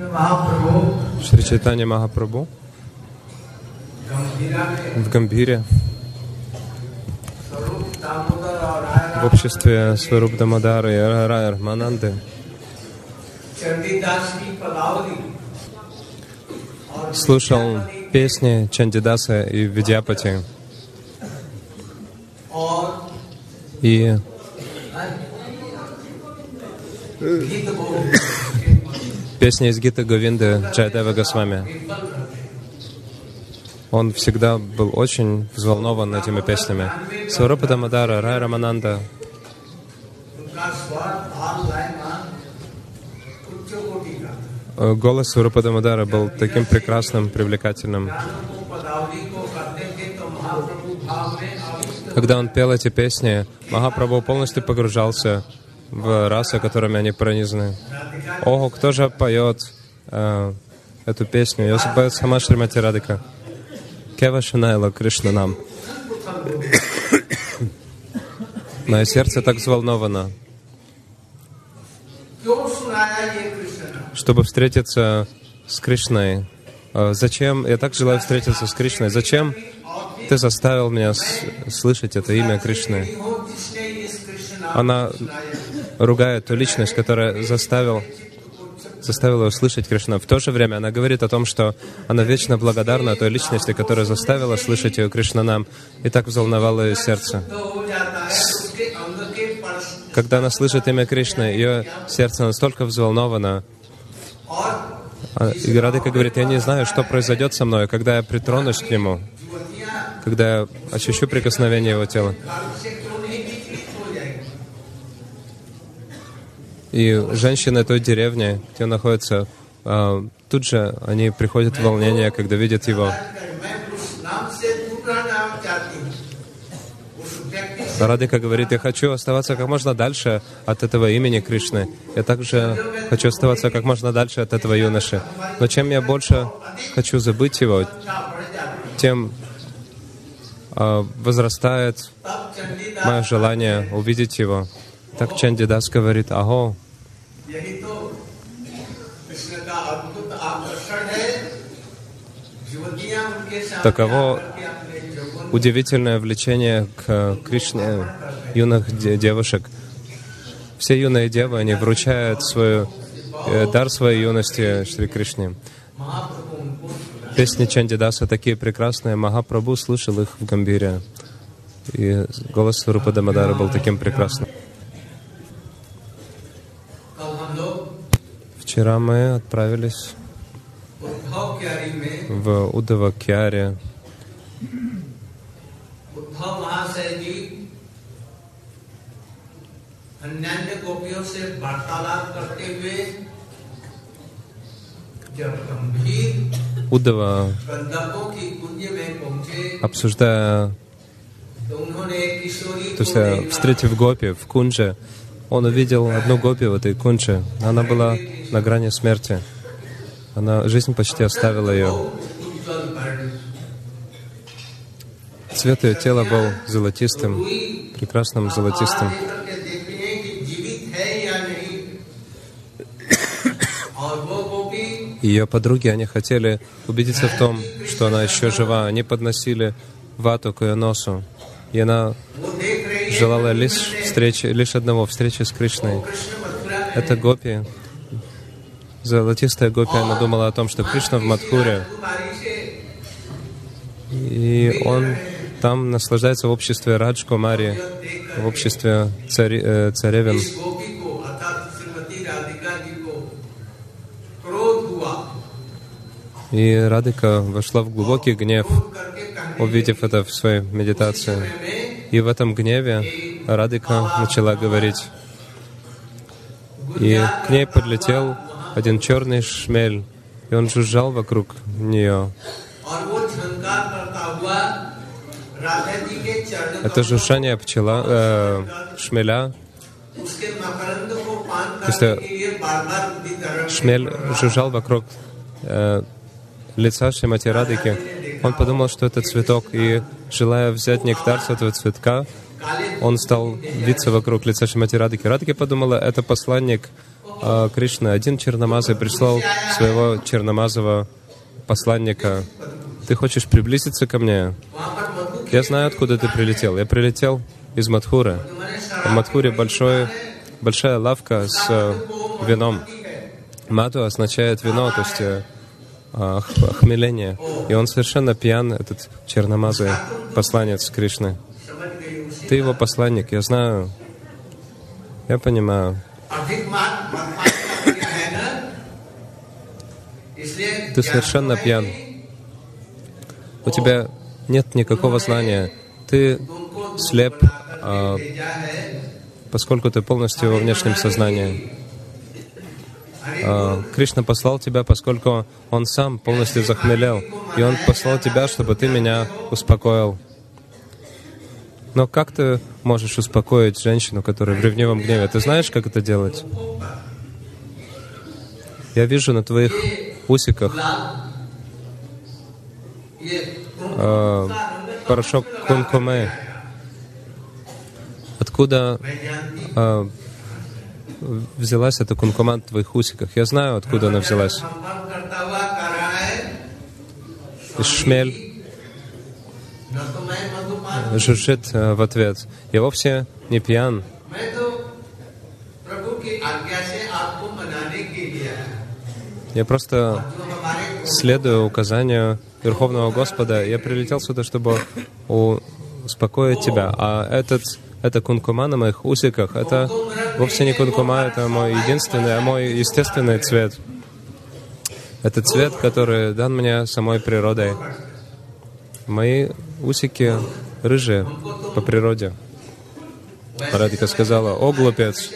Шри Чайтанья Махапрабху в Гамбхире в обществе Сваруп Дамодара и Рая Рамананды слушал песни Чандидаса и Видьяпати и песни из Гиты Говинды Джайадева Госвами. Он всегда был очень взволнован этими песнями. Сварупа Дамодара, Рая Рамананда. Голос Сварупа Дамодара был таким прекрасным, привлекательным. Когда он пел эти песни, Махапрабху полностью погружался в расы, которыми они пронизаны. Ого, кто же поет эту песню? Ее поет сама Шримати Радхика. Кева Шинайла Кришна нам. Мое сердце так взволновано, чтобы встретиться с Кришной. Зачем? Я так желаю встретиться с Кришной. Зачем ты заставил меня слышать это имя Кришны? Она ругает ту личность, которая заставила ее слышать Кришну. В то же время она говорит о том, что она вечно благодарна той личности, которая заставила слышать ее Кришна нам, и так взволновала ее сердце. Когда она слышит имя Кришны, ее сердце настолько взволновано. И Радхика говорит: я не знаю, что произойдет со мной, когда я притронусь к нему, когда я ощущу прикосновение его тела. И женщины той деревни, где он находится, тут же они приходят в волнение, когда видят его. Радхика говорит: я хочу оставаться как можно дальше от этого имени Кришны. Я также хочу оставаться как можно дальше от этого юноши. Но чем я больше хочу забыть его, тем возрастает мое желание увидеть его. Так Чандидас говорит: аго, таково удивительное влечение к Кришне юных девушек. Все юные девы, они вручают дар своей юности Шри Кришне. Песни Чандидаса такие прекрасные. Махапрабху слышал их в Гамбхире. И голос Сварупа Дамодара был таким прекрасным. Вчера мы отправились в Уддава-Кьяре. Уддава, обсуждая, то есть встретив гопи в кундже, он увидел одну гопи в этой кундже. Она была на грани смерти. Жизнь почти оставила ее. Цвет ее тела был золотистым, прекрасным золотистым. Ее подруги, они хотели убедиться в том, что она еще жива. Они подносили вату к ее носу. И она желала лишь одного — встречи с Кришной. Это гопи. Золотистая гопи, она думала о том, что Кришна в Мадхуре. И он там наслаждается в обществе Радж-Кумари, в обществе царевен. И Радхика вошла в глубокий гнев, увидев это в своей медитации. И в этом гневе Радхика начала говорить. И к ней подлетел один черный шмель, и он жужжал вокруг нее. Это жужжание шмеля, то есть шмель жужжал вокруг лица Шримати Радхики. Он подумал, что это цветок, и, желая взять нектар с этого цветка, он стал виться вокруг лица Шримати Радхики. Радхика подумала, это посланник Кришны. Один черномазый прислал своего черномазого посланника. Ты хочешь приблизиться ко мне? Я знаю, откуда ты прилетел. Я прилетел из Мадхуры. В Мадхуре большая лавка с вином. Мадху означает вино, то есть охмеление. И он совершенно пьян, этот черномазый посланец Кришны. Ты его посланник, я знаю. Я понимаю. Ты совершенно пьян. У тебя нет никакого знания. Ты слеп, поскольку ты полностью во внешнем сознании. Кришна послал тебя, поскольку Он сам полностью захмелел. И Он послал тебя, чтобы ты меня успокоил. Но как ты можешь успокоить женщину, которая в ревнивом гневе? Ты знаешь, как это делать? Я вижу на твоих усиках порошок кункуме. Откуда взялась эта кункума в твоих усиках? Я знаю, откуда она взялась. И шмель жужжит в ответ. Я вовсе не пьян. Я просто следую указанию Верховного Господа. Я прилетел сюда, чтобы успокоить тебя. А эта кункума на моих усиках, это вовсе не кункума, это мой единственный, мой естественный цвет. Это цвет, который дан мне самой природой. Мои усики рыжие по природе. Радхика сказала: «О, глупец!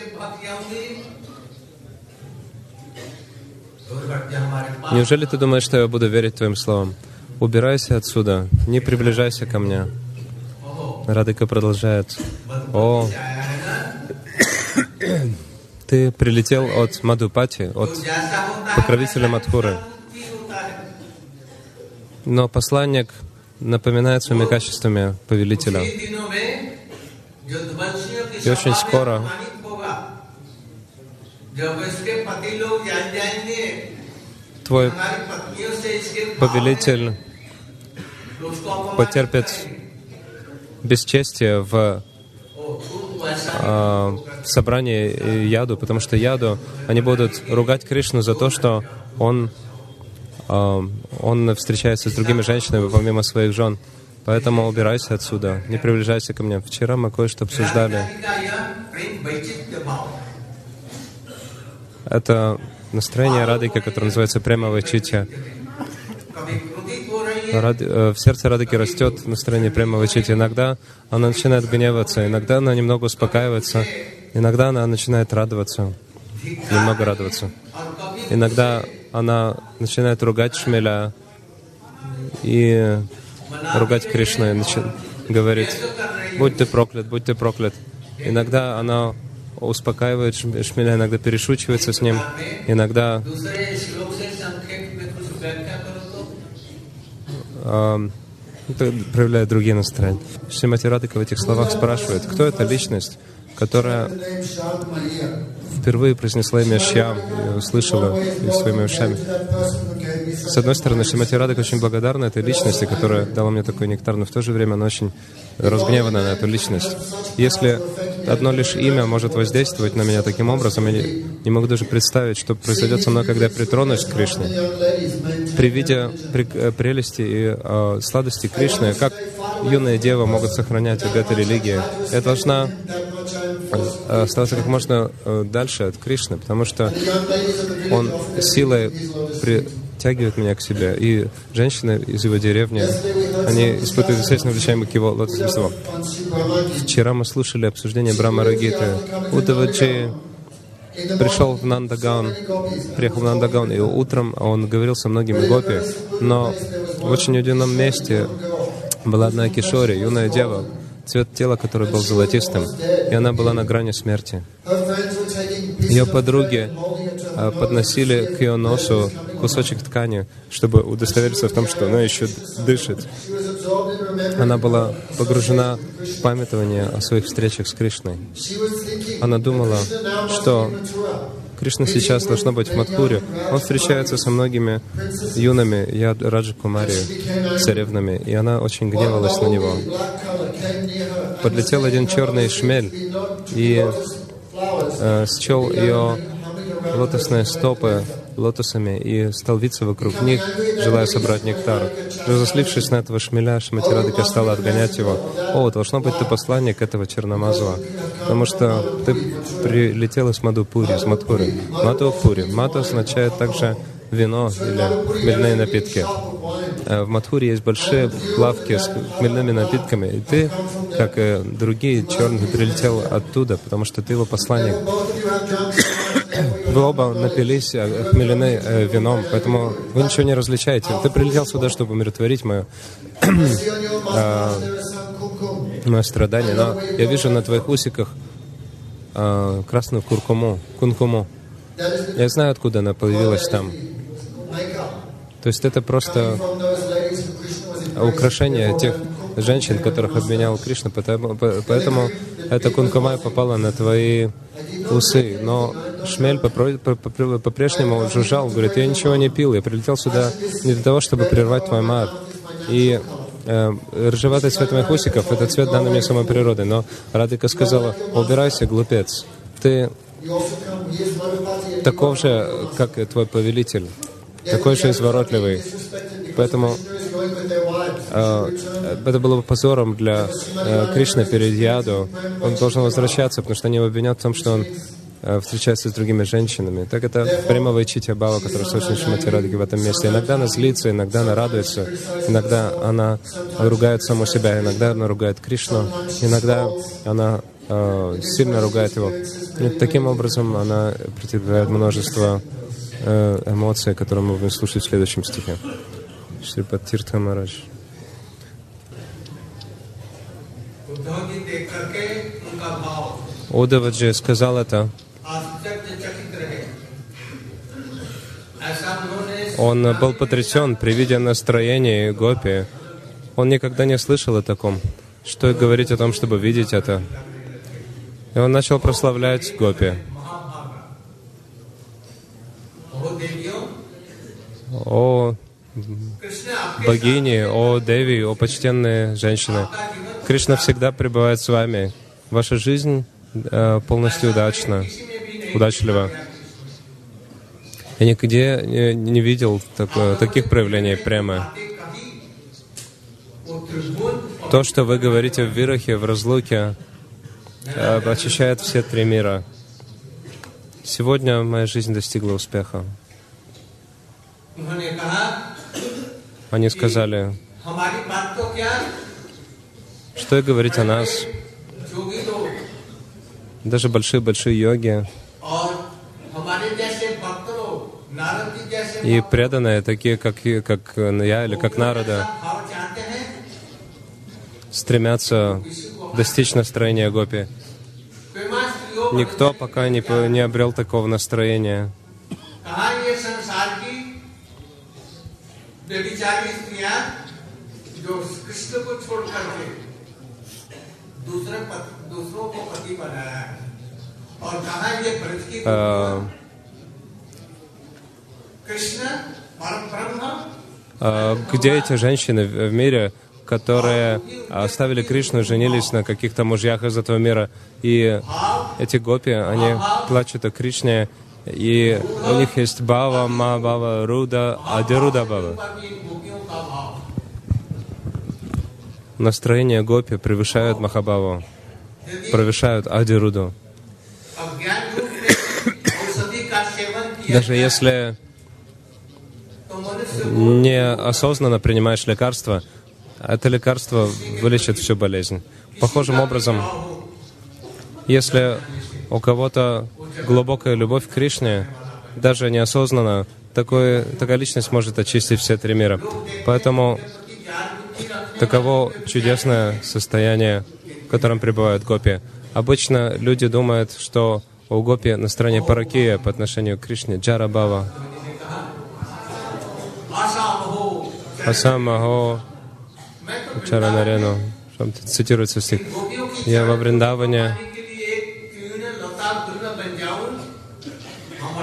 Неужели ты думаешь, что я буду верить твоим словам? Убирайся отсюда, не приближайся ко мне». Радхика продолжает: «О, ты прилетел от Мадхупати, от покровителя Мадхуры. Но посланник напоминает своими качествами повелителя. И очень скоро твой повелитель потерпит бесчестие в собрании яду, потому что яду, они будут ругать Кришну за то, что он встречается с другими женщинами помимо своих жен. Поэтому убирайся отсюда, не приближайся ко мне. Вчера мы кое-что обсуждали. Это настроение Радхики, которое называется Према Вайчитья. В сердце Радхики растет настроение Према Вайчитья. Иногда она начинает гневаться, иногда она немного успокаивается, иногда она начинает радоваться, немного радоваться. Иногда она начинает ругать шмеля и ругать Кришну, и говорит: «Будь ты проклят, будь ты проклят». Иногда она успокаивает шмеля, иногда перешучивается с ним, иногда проявляет другие настроения. Шримати Радхика в этих словах спрашивает, кто эта личность, которая впервые произнесла имя Шьям и услышала своими ушами. С одной стороны, Шримати Радхика очень благодарна этой личности, которая дала мне такой нектар, но в то же время она очень разгневана на эту личность. Если одно лишь имя может воздействовать на меня таким образом, я не могу даже представить, что произойдет со мной, когда я притронусь к Кришне. При виде прелести и сладости Кришны, как юные девы могут сохранять вот эту религию? Я должна оставаться как можно дальше от Кришны, потому что Он силой притягивает меня к себе. И женщины из его деревни, они испытывают естественное влечение к его лотосным словам. Вчера мы слушали обсуждение Брахмара Гиты. Удаваджи приехал в Нандагаон, и утром он говорил со многими гопи, но в очень удивном месте была одна кишори, юная дева, цвет тела которой был золотистым, и она была на грани смерти. Ее подруги подносили к ее носу кусочек ткани, чтобы удостовериться в том, что она еще дышит. Она была погружена в памятование о своих встречах с Кришной. Она думала, что Кришна сейчас должно быть в Мадхуре. Он встречается со многими юнами, Раджа Кумари, царевнами, и она очень гневалась на него. Подлетел один черный шмель и счел ее лотосные стопы лотосами и стал виться вокруг них, желая собрать нектар. Разозлившись на этого шмеля, Шримати Радхика стала отгонять его. «О, должно быть, ты посланник этого черномазого, потому что ты прилетел из Мадхупури, из Мадхуры». Мадхупури. Мадху означает также вино или хмельные напитки. В Мадхуре есть большие лавки с хмельными напитками, и ты, как и другие черные, прилетел оттуда, потому что ты его посланник. Вы оба напились хмелены вином, поэтому вы ничего не различаете. Ты прилетел сюда, чтобы умиротворить мое страдание, но я вижу на твоих усиках красную кункуму. Я знаю, откуда она появилась там. То есть это просто украшение тех женщин, которых обменял Кришна, поэтому эта кункума попала на твои усы. Но шмель по-прежнему жужжал, говорит: я ничего не пил, я прилетел сюда не для того, чтобы прервать твой мат. И рыжеватый цвет моих усиков — это цвет, данный мне самой природой. Но Радхика сказала: убирайся, глупец, ты таков же, как и твой повелитель, такой же изворотливый. Поэтому это было бы позором для Кришны перед Яду. Он должен возвращаться, потому что они его обвинят в том, что он встречается с другими женщинами. Так это прямого Читья Бхава, который слышит Шримати Радхики в этом месте. Иногда она злится, иногда она радуется, иногда она ругает саму себя, иногда она ругает Кришну, иногда она сильно ругает его. И таким образом она претерпевает множество эмоций, которые мы будем слушать в следующем стихе. Шрипад Тиртха Махарадж. Уддаваджи сказал это. Он был потрясен при виде настроения гопи. Он никогда не слышал о таком. Что говорить о том, чтобы видеть это? И он начал прославлять гопи. О богини, о деви, о почтенные женщины. Кришна всегда пребывает с вами. Ваша жизнь полностью удачлива. Я нигде не видел таких проявлений прямо. То, что вы говорите в вирахе, в разлуке, очищает все три мира. Сегодня моя жизнь достигла успеха. Они сказали: что и говорить о нас. Даже большие-большие йоги и преданные, такие как я или как Нарада, стремятся достичь настроения гопи. Никто пока не обрел такого настроения. Где эти женщины в мире, которые оставили Кришну, женились на каких-то мужьях из этого мира, и эти гопи, они плачут о Кришне, и у них есть Бхава, Махабхава, Руда, Адируда Бхава. Настроение гопи превышают Махабхаву, превышают Адируду. Даже если неосознанно принимаешь лекарство, это лекарство вылечит всю болезнь. Похожим образом, если у кого-то глубокая любовь к Кришне, даже неосознанно, такая личность может очистить все три мира. Поэтому таково чудесное состояние, в котором пребывают гопи. Обычно люди думают, что у гопи настроение паракия по отношению к Кришне, джара бхава. Асамахо чаранарену. Цитируется стих. Я во Вриндаване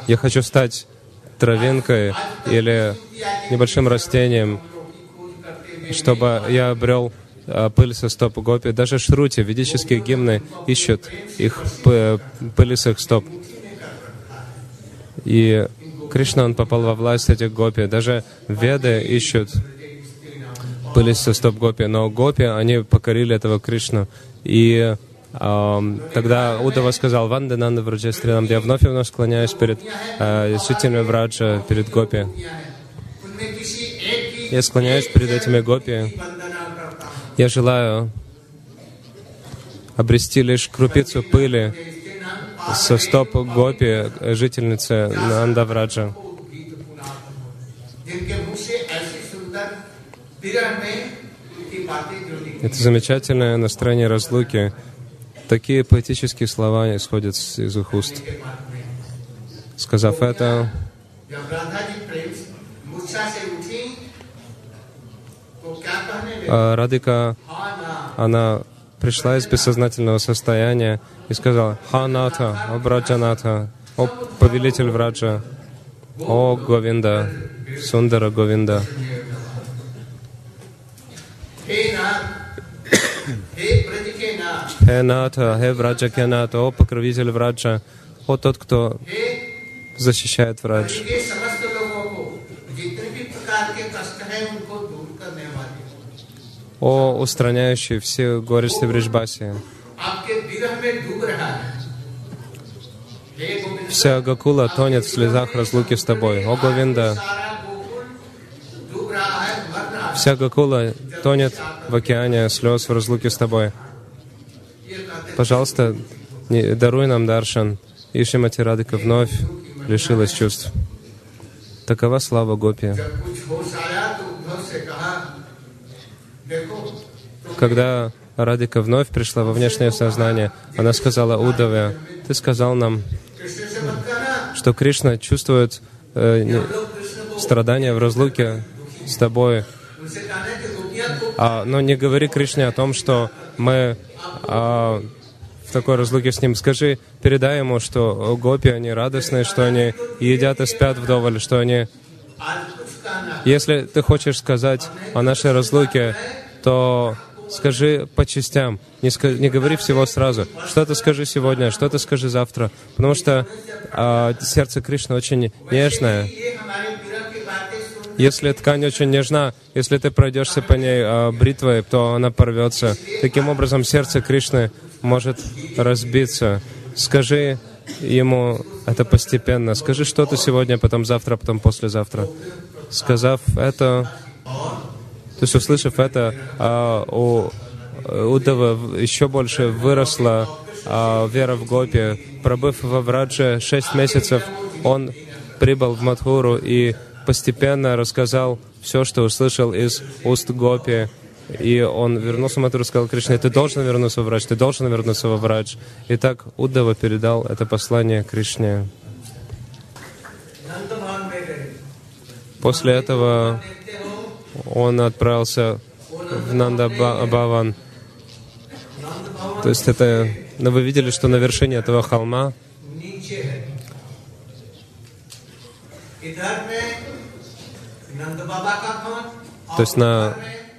я хочу стать травинкой или небольшим растением, чтобы я обрел пыль со стоп гопи. Даже шрути, ведические гимны ищут их пыль с их стоп. И Кришна, он попал во власть этих гопи. Даже Веды ищут пыль со стоп гопи, но гопи, они покорили этого Кришну. И тогда Удава сказал: «Ванде Нанда Враджестринам», я вновь и вновь склоняюсь перед жителями Враджа, перед гопи. Я склоняюсь перед этими гопи. Я желаю обрести лишь крупицу пыли со стоп гопи, жительницы Нандавраджа. Это замечательное настроение разлуки. Такие поэтические слова исходят из их уст. Сказав это, Радика, она пришла из бессознательного состояния и сказала: «Ха-ната, о Браджаната, о повелитель Враджа, о Говинда, Сундара Говинда». «Хе Ната, хе Враджа Кената, о покровитель Враджа, о тот, кто защищает Врадж». О устраняющий все горести Бриджбаси. Вся Гокула тонет в слезах разлуки с тобой. О Говинда! Вся Гокула тонет в океане слез в разлуке с тобой. Пожалуйста, даруй нам даршан. И Шримати Радика вновь лишилась чувств. Такова слава Гопи. Когда Радика вновь пришла во внешнее сознание, она сказала Удаве: «Ты сказал нам, что Кришна чувствует страдания в разлуке с тобой. Но не говори Кришне о том, что мы в такой разлуке с ним. Скажи, передай ему, что гопи, они радостные, что они едят и спят вдоволь, что они... Если ты хочешь сказать о нашей разлуке, то скажи по частям, не говори всего сразу. Что-то скажи сегодня, что-то скажи завтра, потому что сердце Кришны очень нежное. Если ткань очень нежна, если ты пройдешься по ней бритвой, то она порвется. Таким образом, сердце Кришны может разбиться. Скажи ему это постепенно. Скажи что-то сегодня, потом завтра, потом послезавтра. Сказав это, то есть услышав это, у Удава еще больше выросла вера в Гопи. Пробыв во Врадже 6 месяцев, он прибыл в Мадхуру и постепенно рассказал все, что услышал из уст Гопи. И он вернулся в Мадхуру и сказал Кришне: «Ты должен вернуться в Врадж, ты должен вернуться во Врадж». И так Уддава передал это послание Кришне. После этого он отправился в Нанда-Баван. То есть это... Но вы видели, что на вершине этого холма то есть на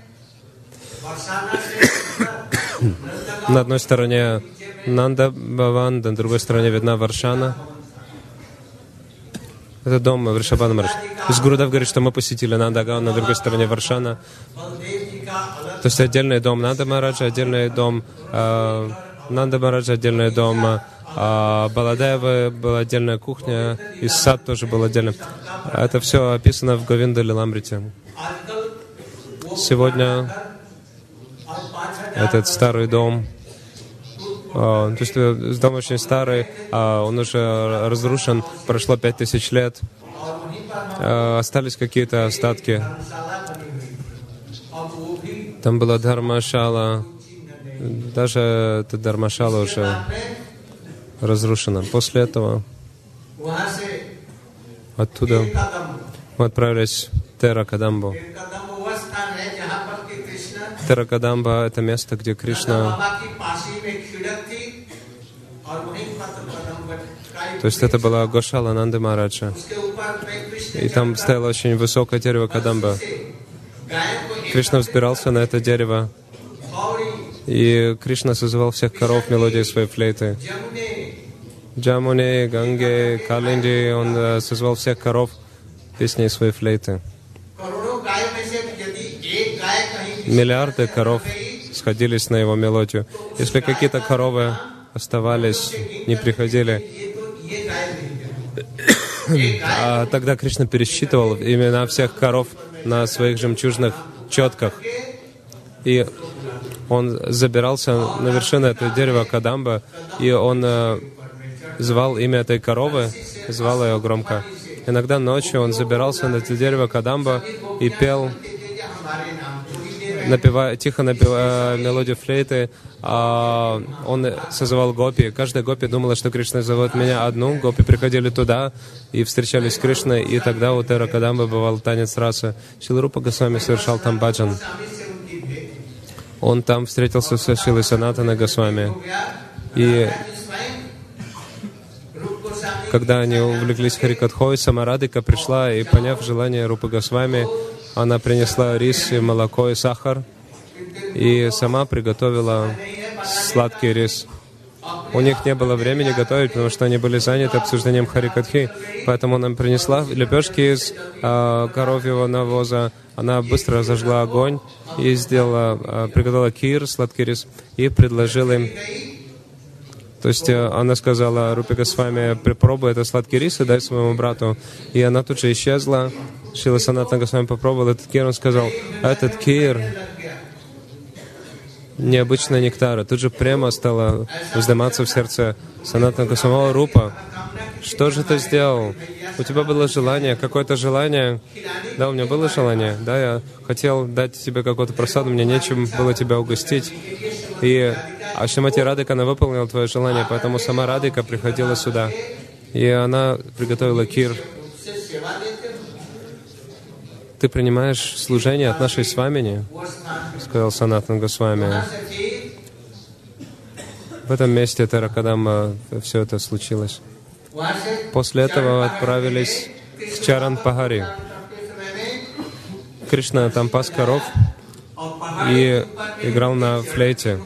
одной стороне Нанда-Баван, на другой стороне видна Варшана. Это дом Вришабхана Махараджа. То есть Гурудев говорит, что мы посетили Нанда-Баван, на другой стороне Варшана. То есть отдельный дом Нанда Махараджа, отдельный дом Нанда Махараджа, отдельный дом Баладевы, была отдельная кухня, и сад тоже был отдельно. Это все описано в Говинда Лиламрите. Сегодня этот старый дом, то есть дом очень старый, он уже разрушен, прошло 5000 лет, остались какие-то остатки. Там была Дхармашала, даже эта Дхармашала уже разрушена. После этого оттуда мы отправились в Теракадамбу. Теракадамба — это место, где Кришна То есть это была Гошала Нанды Махараджа. И там стояло очень высокое дерево Кадамба. Кришна взбирался на это дерево. И Кришна созывал всех коров мелодией своей флейты. Джамуне, Ганге, Калинди, он созывал всех коров песней своей флейты. Миллиарды коров сходились на его мелодию. Если какие-то коровы оставались, не приходили, а тогда Кришна пересчитывал имена всех коров на своих жемчужных четках. И он забирался на вершину этого дерева Кадамба, и он звал имя этой коровы, звал ее громко. Иногда ночью он забирался на это дерево Кадамба и пел, тихо напевая мелодию флейты. Он созывал гопи. Каждая гопи думала, что Кришна зовет меня одну. Гопи приходили туда и встречались с Кришной, и тогда у Тера Кадамбы бывал танец раса. Шрила Рупа Госвами совершал там баджан. Он там встретился со Шрилой Санатана Госвами. И когда они увлеклись Харикатхой, сама Радхика пришла и, поняв желание Рупы Госвами, она принесла рис, и молоко и сахар, и сама приготовила сладкий рис. У них не было времени готовить, потому что они были заняты обсуждением Харикатхи, поэтому она принесла лепешки из коровьего навоза. Она быстро разожгла огонь и приготовила кир, сладкий рис, и предложила им. То есть она сказала Рупе Госвами: попробуй этот сладкий рис и дай своему брату. И она тут же исчезла. Шрила Санатана Госвами попробовал этот кир, он сказал: этот кир необычный нектар. И тут же прямо стала вздыматься в сердце Санатана Госвами: о, Рупа, что же ты сделал? У тебя было желание, какое-то желание? Да, у меня было желание. Да, я хотел дать тебе какой-то просад, мне нечем было тебя угостить. А Шримати Радхика, она выполнила твое желание, поэтому сама Радхика приходила сюда. И она приготовила кир. Ты принимаешь служение от нашей свамини, сказал Санатана Госвами. В этом месте Тера Кадамба все это случилось. После этого отправились в Чаран Пахари. Кришна там пас коров и играл на флейте.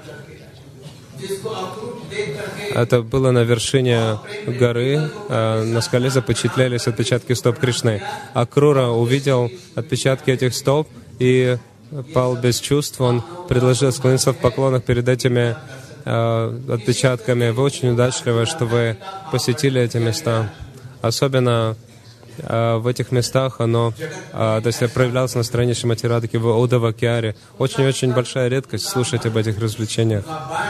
Это было на вершине горы. На скале запечатлелись отпечатки стоп Кришны. Акрура увидел отпечатки этих стоп и пал без чувств. Он предложил склониться в поклонах перед этими отпечатками. Вы очень удачливы, что вы посетили эти места. Особенно в этих местах то есть проявлялось настроение Шримати Радхики в Удавакьяре. Очень-очень большая редкость слушать об этих развлечениях.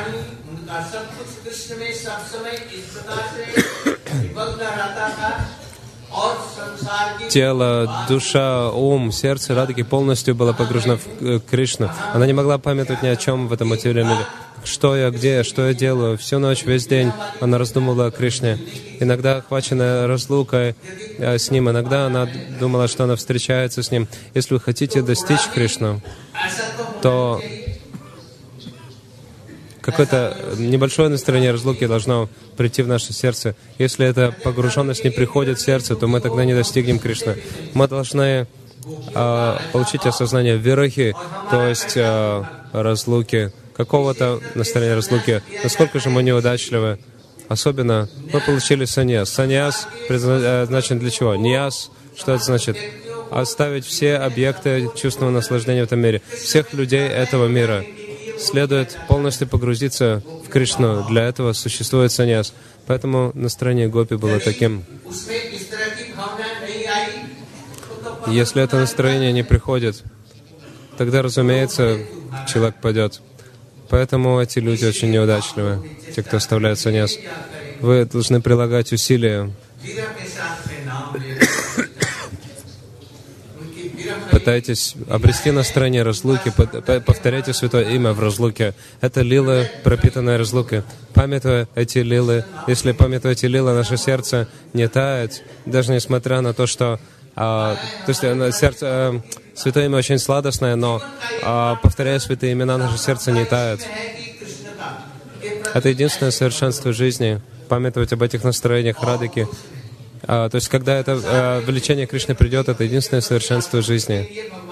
Тело, душа, ум, сердце Радхики полностью было погружено в Кришну. Она не могла памятовать ни о чем в этом материальном мире. Что я, где я, что я делаю. Всю ночь, весь день она раздумывала о Кришне. Иногда охваченная разлукой с Ним, иногда она думала, что она встречается с Ним. Если вы хотите достичь Кришну, то какое-то небольшое настроение разлуки должно прийти в наше сердце. Если эта погруженность не приходит в сердце, то мы тогда не достигнем Кришны. Мы должны получить осознание вирахи, то есть разлуки, какого-то настроения разлуки. Насколько же мы неудачливы. Особенно мы получили саньяс. Саньяс предназначен для чего? Ньяс. Что это значит? Оставить все объекты чувственного наслаждения в этом мире. Всех людей этого мира. Следует полностью погрузиться в Кришну. Для этого существует саньяс. Поэтому настроение гопи было таким. Если это настроение не приходит, тогда, разумеется, человек падет. Поэтому эти люди очень неудачливы, те, кто оставляет саньяс. Вы должны прилагать усилия. Пытайтесь обрести настроение разлуки, повторяйте Святое Имя в разлуке. Это лилы, пропитанные разлукой. Памятуя эти лилы, если памятуя эти лилы, наше сердце не тает, даже несмотря на то, что сердце, Святое Имя очень сладостное, но повторяя святые имена, наше сердце не тает. Это единственное совершенство жизни. памятовать об этих настроениях радыки. То есть, когда это влечение Кришны придет, это единственное совершенство жизни.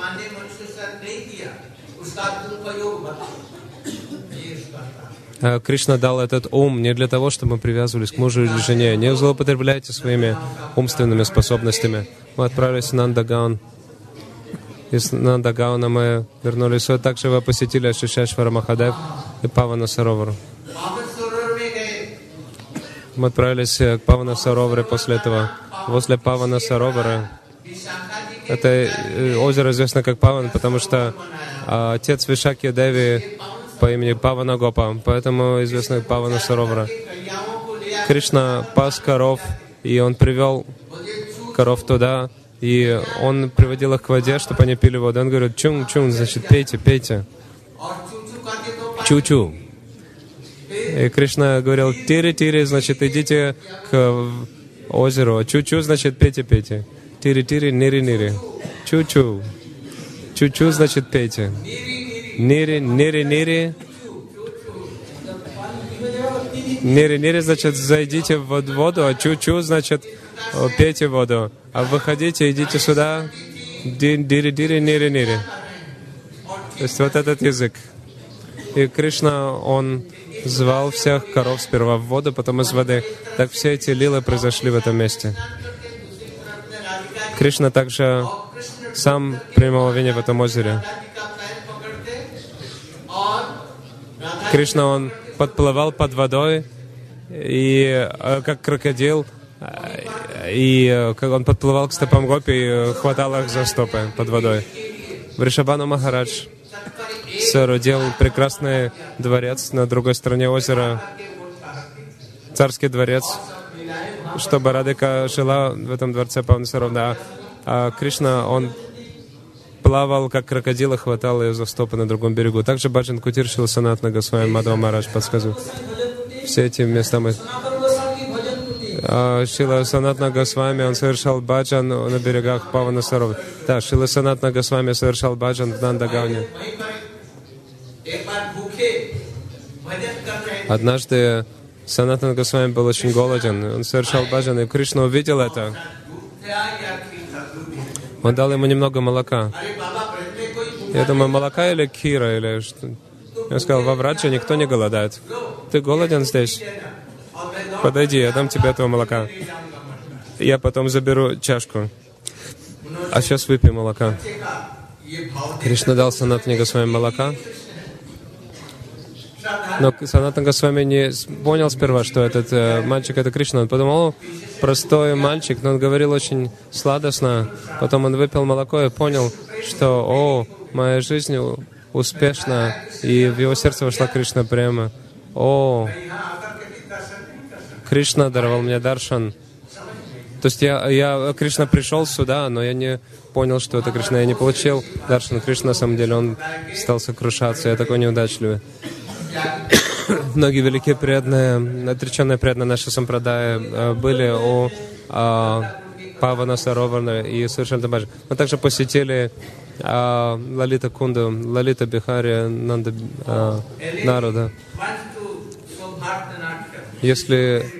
Кришна дал этот ум не для того, чтобы мы привязывались к мужу или жене. Не злоупотребляйте своими умственными способностями. Мы отправились в Нандагаон. Из Нандагауна мы вернулись. Вот также вы посетили Ашишешвара Махадев и Павана Саровару. Мы отправились к Павана Сароваре после этого. Возле Павана Саровара, это озеро известно как Паван, потому что отец Вишаки Деви по имени Павана Гопа, поэтому известно как Павана Саровара. Кришна пас коров, и он привел коров туда, и он приводил их к воде, чтобы они пили воду. Он говорит: чун-чун, значит, пейте, пейте. Чу-чу. И Кришна говорил: тири-тири, значит, идите к озеру. Чу-чу, значит, пейте, пейте. Тири-тири, нири-нири. Чу-чу. Чу-чу, значит, пейте. Нири, нири-нири. Нири-нири, значит, зайдите в воду, а чу-чу, значит, пейте воду. А выходите, идите сюда. Дири-дири, нири-нири. То есть вот этот язык. И Кришна, он звал всех коров сперва в воду, потом из воды. Так все эти лилы произошли в этом месте. Кришна также сам принимал вино в этом озере. Кришна, он подплывал под водой, и как крокодил, и как он подплывал к стопам гопи и хватал их за стопы под водой. Вришабхану Махарадж соорудил прекрасный дворец на другой стороне озера, царский дворец, чтобы Радhika жила в этом дворце Павана Саровара. А Кришна, он плавал, как крокодил, и хватал ее за стопы на другом берегу. Также Баджан Кутир Шрила Санатана Госвами Мадхава Махарадж подсказывает. Все эти места мы... Шрила Санатана Госвами, он совершал баджан на берегах Павана Саровара. Да, Шрила Санатана Госвами совершал баджан в Нандагауне. Однажды Санатана Госвами был очень голоден. Он совершал баджан, и Кришна увидел это. Он дал ему немного молока. Я думаю, молока или кира, или что? Я сказал: во Враджа никто не голодает. Ты голоден здесь? Подойди, я дам тебе этого молока. Я потом заберу чашку. А сейчас выпей молока. Кришна дал Санатане Госвами молока. Но Санатана Госвами не понял сперва, что этот мальчик — это Кришна. Он подумал: простой мальчик, но он говорил очень сладостно. Потом он выпил молоко и понял, что моя жизнь успешна, и в его сердце вошла Кришна прямо. Кришна даровал мне даршан. То есть Кришна пришел сюда, но я не понял, что это Кришна. Я не получил даршан Кришна, на самом деле. Он стал сокрушаться. Я такой неудачливый. Многие великие преданные, отреченные преданные нашей сампрадая были у Павана Саровара и совершенно баджан. Мы также посетили Лалита Кунду, Лалита Бихари, Нанда Народа. Если